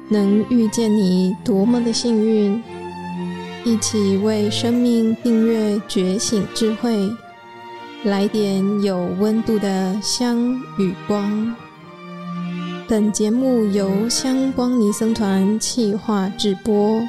能遇见你多么的幸运，一起为生命订阅觉醒智慧，来点有温度的香与光。本节目由香光尼僧团企划制播。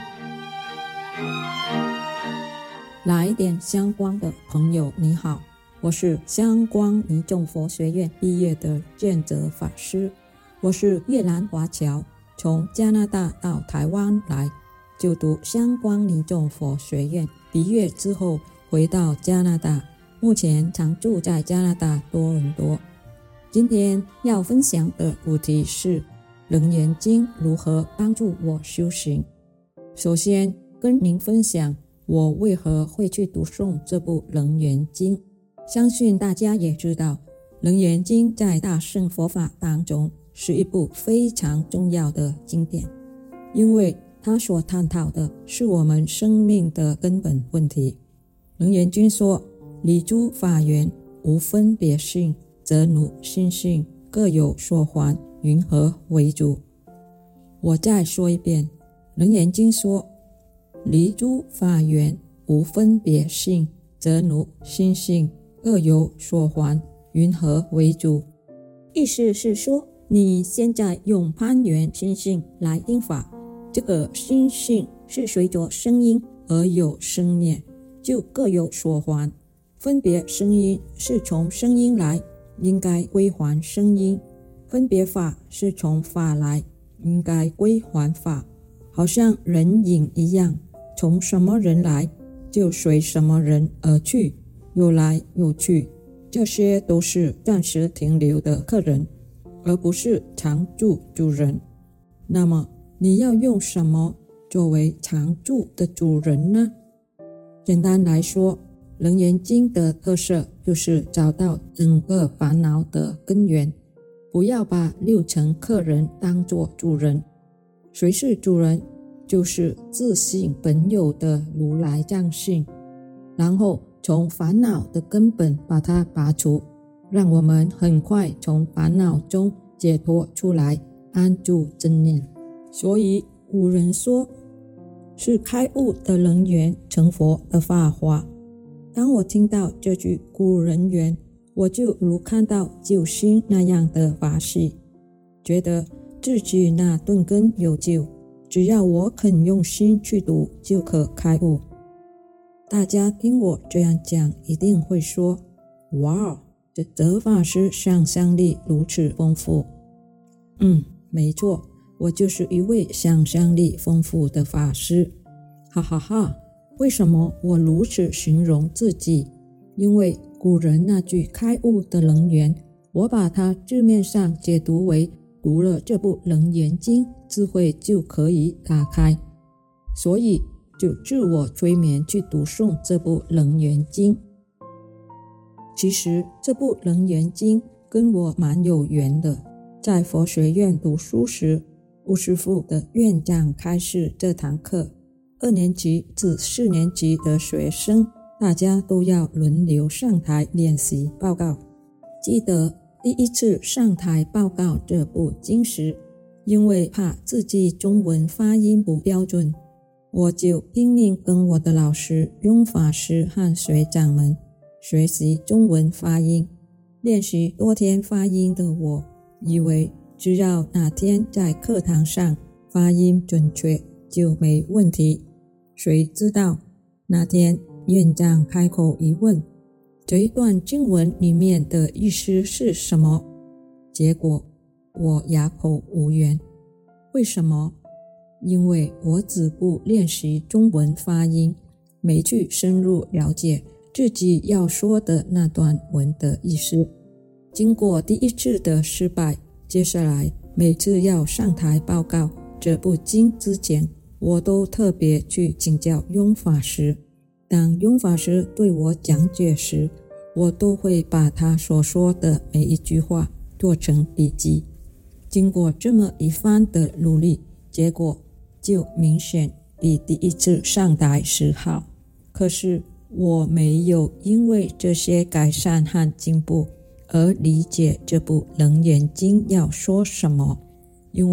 来点香光的朋友你好，我是香光尼众佛学院毕业的见泽法师。我是越南华侨，从加拿大到台湾来就读香光尼众佛学院，毕业之后回到加拿大，目前常住在加拿大多伦多。今天要分享的主题是楞严经如何帮助我修行。首先跟您分享我为何会去读诵这部楞严经。相信大家也知道，楞严经在大乘佛法当中是一部非常重要的经典，因为它所探讨的是我们生命的根本问题。楞严经说，理诸法缘无分别性，则汝心性各有所还，云何为主？我再说一遍，楞严经说，理诸法缘无分别性，则汝心性各有所还，云何为主？意思是说，你现在用攀缘心性来听法，这个心性是随着声音而有生灭，就各有所还。分别声音是从声音来，应该归还声音；分别法是从法来，应该归还法。好像人影一样，从什么人来，就随什么人而去，又来又去，这些都是暂时停留的客人，而不是常住主人。那么你要用什么作为常住的主人呢？简单来说，楞严经的特色就是找到整个烦恼的根源，不要把六尘客人当作主人。谁是主人？就是自性本有的如来藏性，然后从烦恼的根本把它拔除，让我们很快从烦恼中解脱出来，安住正念。所以古人说，是开悟的人缘成佛的法华。当我听到这句古人缘，我就如看到救星那样的法喜，觉得自己那顿根有救，只要我肯用心去读，就可开悟。大家听我这样讲，一定会说，哇，这泽法师想象力如此丰富。没错，我就是一位想象力丰富的法师。哈哈哈，为什么我如此形容自己？因为古人那句开悟的楞严，我把它字面上解读为读了这部楞严经，智慧就可以打开，所以就自我催眠去读诵这部楞严经。其实这部楞严经跟我蛮有缘的，在佛学院读书时，吴师父的院长开示这堂课，2年级至4年级的学生，大家都要轮流上台练习报告。记得第一次上台报告这部经时，因为怕自己中文发音不标准，我就拼命跟我的老师雍法师和学长们学习中文发音。练习多天发音的我，以为只要哪天在课堂上发音准确就没问题。谁知道那天院长开口一问，这一段经文里面的意思是什么？结果我哑口无言。为什么？因为我只顾练习中文发音，没去深入了解自己要说的那段文的意思。经过第一次的失败，接下来每次要上台报告这部经之前，我都特别去请教雍法师。当雍法师对我讲解时，我都会把他所说的每一句话做成笔记。经过这么一番的努力，结果就明显比第一次上台时好。可是我没有因为这些改善和进步而理解这部楞严经要说什么，因为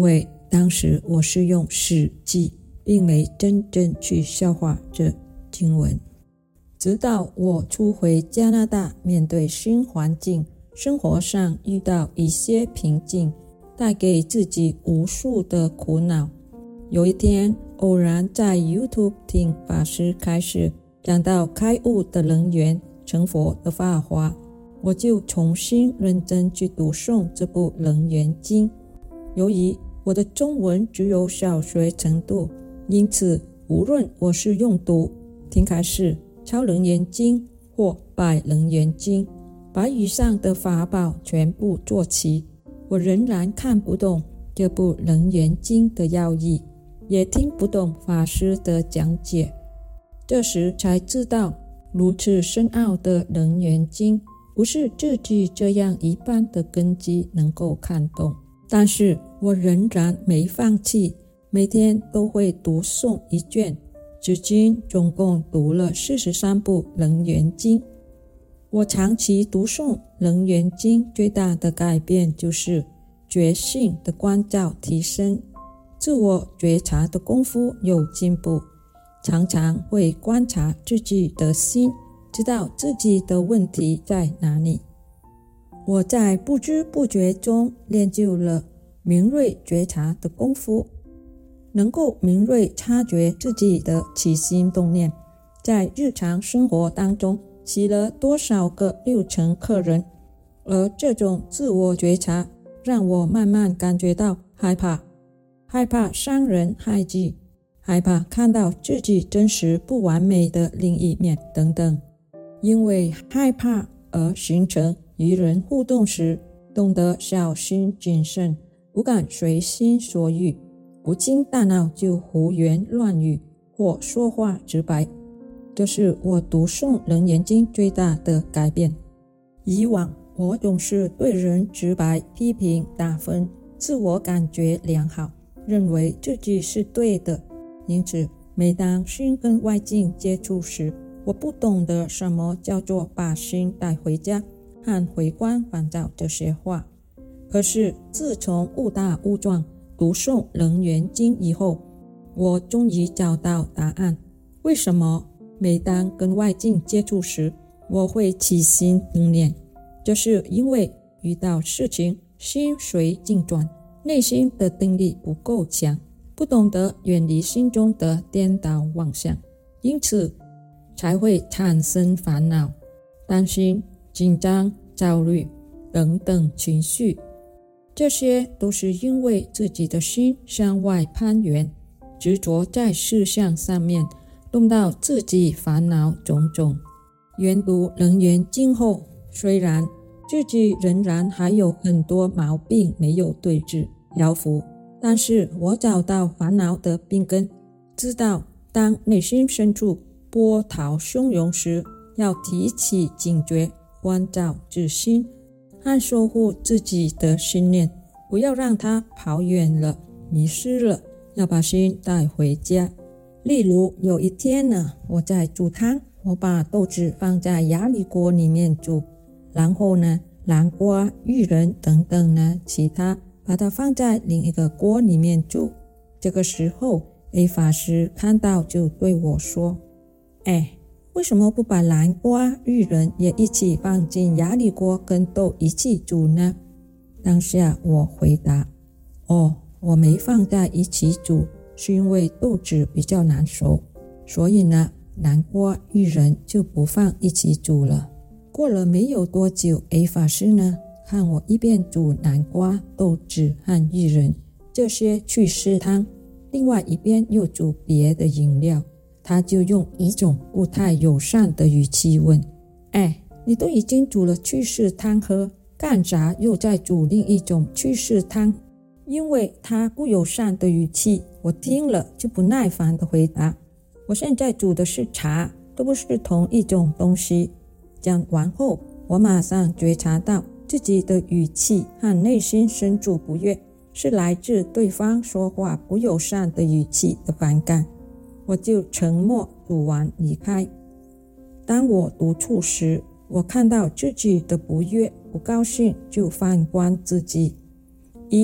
当时我是用史记，并没真正去消化这经文。直到我初回加拿大，面对新环境，生活上遇到一些瓶颈，带给自己无数的苦恼。有一天偶然在 YouTube 听法师开始讲到开悟的能源、成佛的法华，我就重新认真去读诵这部楞严经。由于我的中文只有小学程度，因此无论我是用读、听开示、抄楞严经或拜楞严经，把以上的法宝全部做齐，我仍然看不懂这部楞严经的要义，也听不懂法师的讲解。这时才知道，如此深奥的楞严经不是自己这样一般的根基能够看懂。但是我仍然没放弃，每天都会读诵一卷，至今总共读了43部楞严经。我长期读诵楞严经最大的改变就是觉性的关照提升，自我觉察的功夫有进步，常常会观察自己的心，知道自己的问题在哪里。我在不知不觉中练就了敏锐觉察的功夫，能够敏锐察觉自己的起心动念，在日常生活当中洗了多少个六尘客人。而这种自我觉察让我慢慢感觉到害怕伤人害己，害怕看到自己真实不完美的另一面等等。因为害怕而形成与人互动时懂得小心谨慎，不敢随心所欲，不经大脑就胡言乱语或说话直白。这是我读诵楞严经最大的改变。以往我总是对人直白批评打分，自我感觉良好，认为自己是对的。因此每当心跟外境接触时，我不懂得什么叫做把心带回家和回光返照这些话。可是自从误打误撞读诵楞严经以后，我终于找到答案。为什么每当跟外境接触时，我会起心动念？这是因为遇到事情心随境转，内心的定力不够强，不懂得远离心中的颠倒妄想，因此才会产生烦恼、担心、紧张、焦虑等等情绪。这些都是因为自己的心向外攀缘，执着在事项上面，弄到自己烦恼种种。研读楞严经后，虽然自己仍然还有很多毛病没有对治疗服，但是我找到烦恼的病根，知道当内心深处波涛汹涌时，要提起警觉，关照自心和守护自己的心念，不要让它跑远了，迷失了，要把心带回家。例如有一天呢，我在煮汤，我把豆子放在压力锅里面煮，然后呢，南瓜、薏仁等等呢，其他把它放在另一个锅里面煮。这个时候 A 法师看到就对我说，为什么不把南瓜、薏仁也一起放进压力锅跟豆一起煮呢？当下我回答，我没放在一起煮，是因为豆子比较难熟，所以呢，南瓜、薏仁就不放一起煮了。过了没有多久， A 法师呢，看我一边煮南瓜、豆子和薏仁这些去湿汤，另外一边又煮别的饮料，他就用一种不太友善的语气问，你都已经煮了去湿汤喝，干啥又在煮另一种去湿汤？因为他不友善的语气，我听了就不耐烦地回答，我现在煮的是茶，都不是同一种东西。讲完后，我马上觉察到自己的语气和内心深处不悦，是来自对方说话不友善的语气的反感。我就沉默煮完离开。当我读处时，我看到自己的不悦、不高兴，就反观自己：一、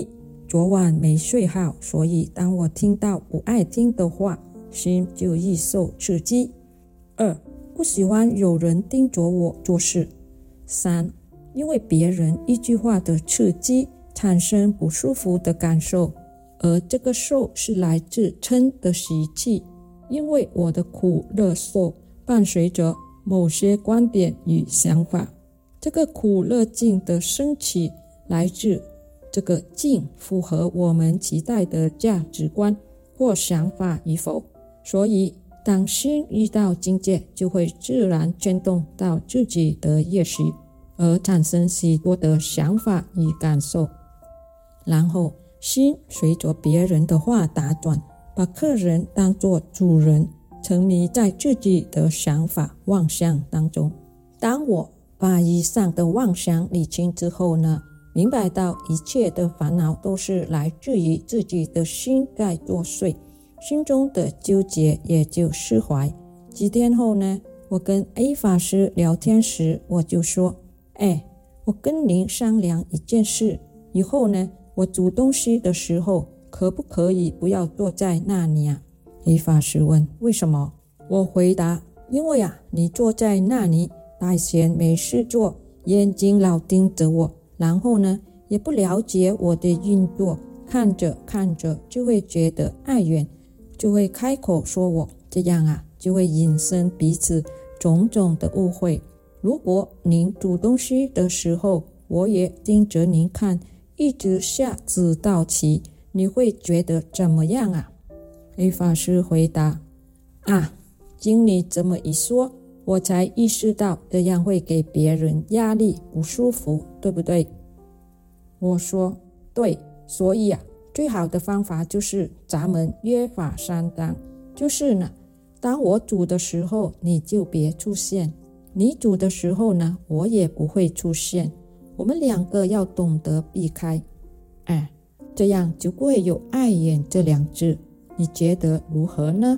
昨晚没睡好，所以当我听到不爱听的话，心就易受刺激。2. 不喜欢有人盯着我做事。3. 因为别人一句话的刺激产生不舒服的感受，而这个受是来自嗔的习气，因为我的苦乐受伴随着某些观点与想法，这个苦乐境的升起来自这个境符合我们期待的价值观或想法与否，所以当心遇到境界，就会自然牵动到自己的业习，而产生许多的想法与感受，然后心随着别人的话打转，把客人当作主人，沉迷在自己的想法妄想当中。当我把以上的妄想理清之后呢，明白到一切的烦恼都是来自于自己的心在作祟，心中的纠结也就释怀。几天后呢，我跟 A 法师聊天时，我就说，我跟您商量一件事，以后呢，我煮东西的时候可不可以不要坐在那里啊？ A 法师问，为什么？我回答，因为你坐在那里太闲没事做，眼睛老盯着我，然后呢也不了解我的运作，看着看着就会觉得碍眼，就会开口说我，这样就会引申彼此种种的误会。如果您煮东西的时候我也盯着您看，一直下指导棋，你会觉得怎么样啊？ A 法师回答，经你这么一说，我才意识到这样会给别人压力不舒服，对不对？我说对，所以最好的方法就是咱们约法三章，就是呢，当我煮的时候你就别出现，你煮的时候呢我也不会出现，我们两个要懂得避开，这样就不会有碍眼这两字，你觉得如何呢？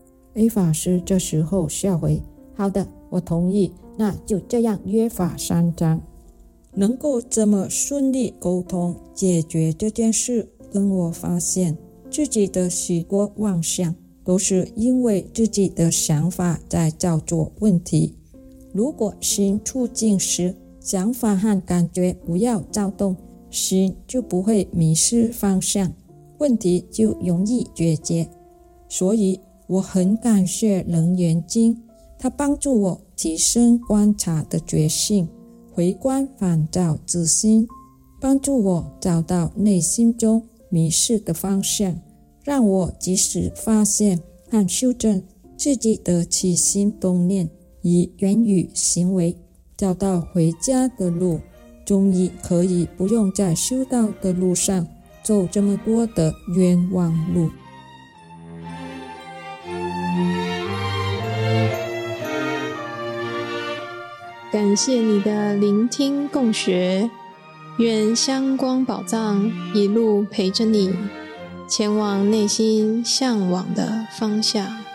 A 法师这时候笑回，好的，我同意，那就这样约法三章。能够这么顺利沟通解决这件事，跟我发现自己的许多妄想都是因为自己的想法在造作问题。如果心处境时，想法和感觉不要躁动，心就不会迷失方向，问题就容易解决。所以我很感谢楞严经，它帮助我提升观察的觉性，回观反照之心，帮助我找到内心中迷失的方向，让我及时发现和修正自己的起心动念与言语行为，找到回家的路，终于可以不用在修道的路上走这么多的冤枉路。 感谢你的聆听共学，愿香光宝藏一路陪着你，前往内心向往的方向。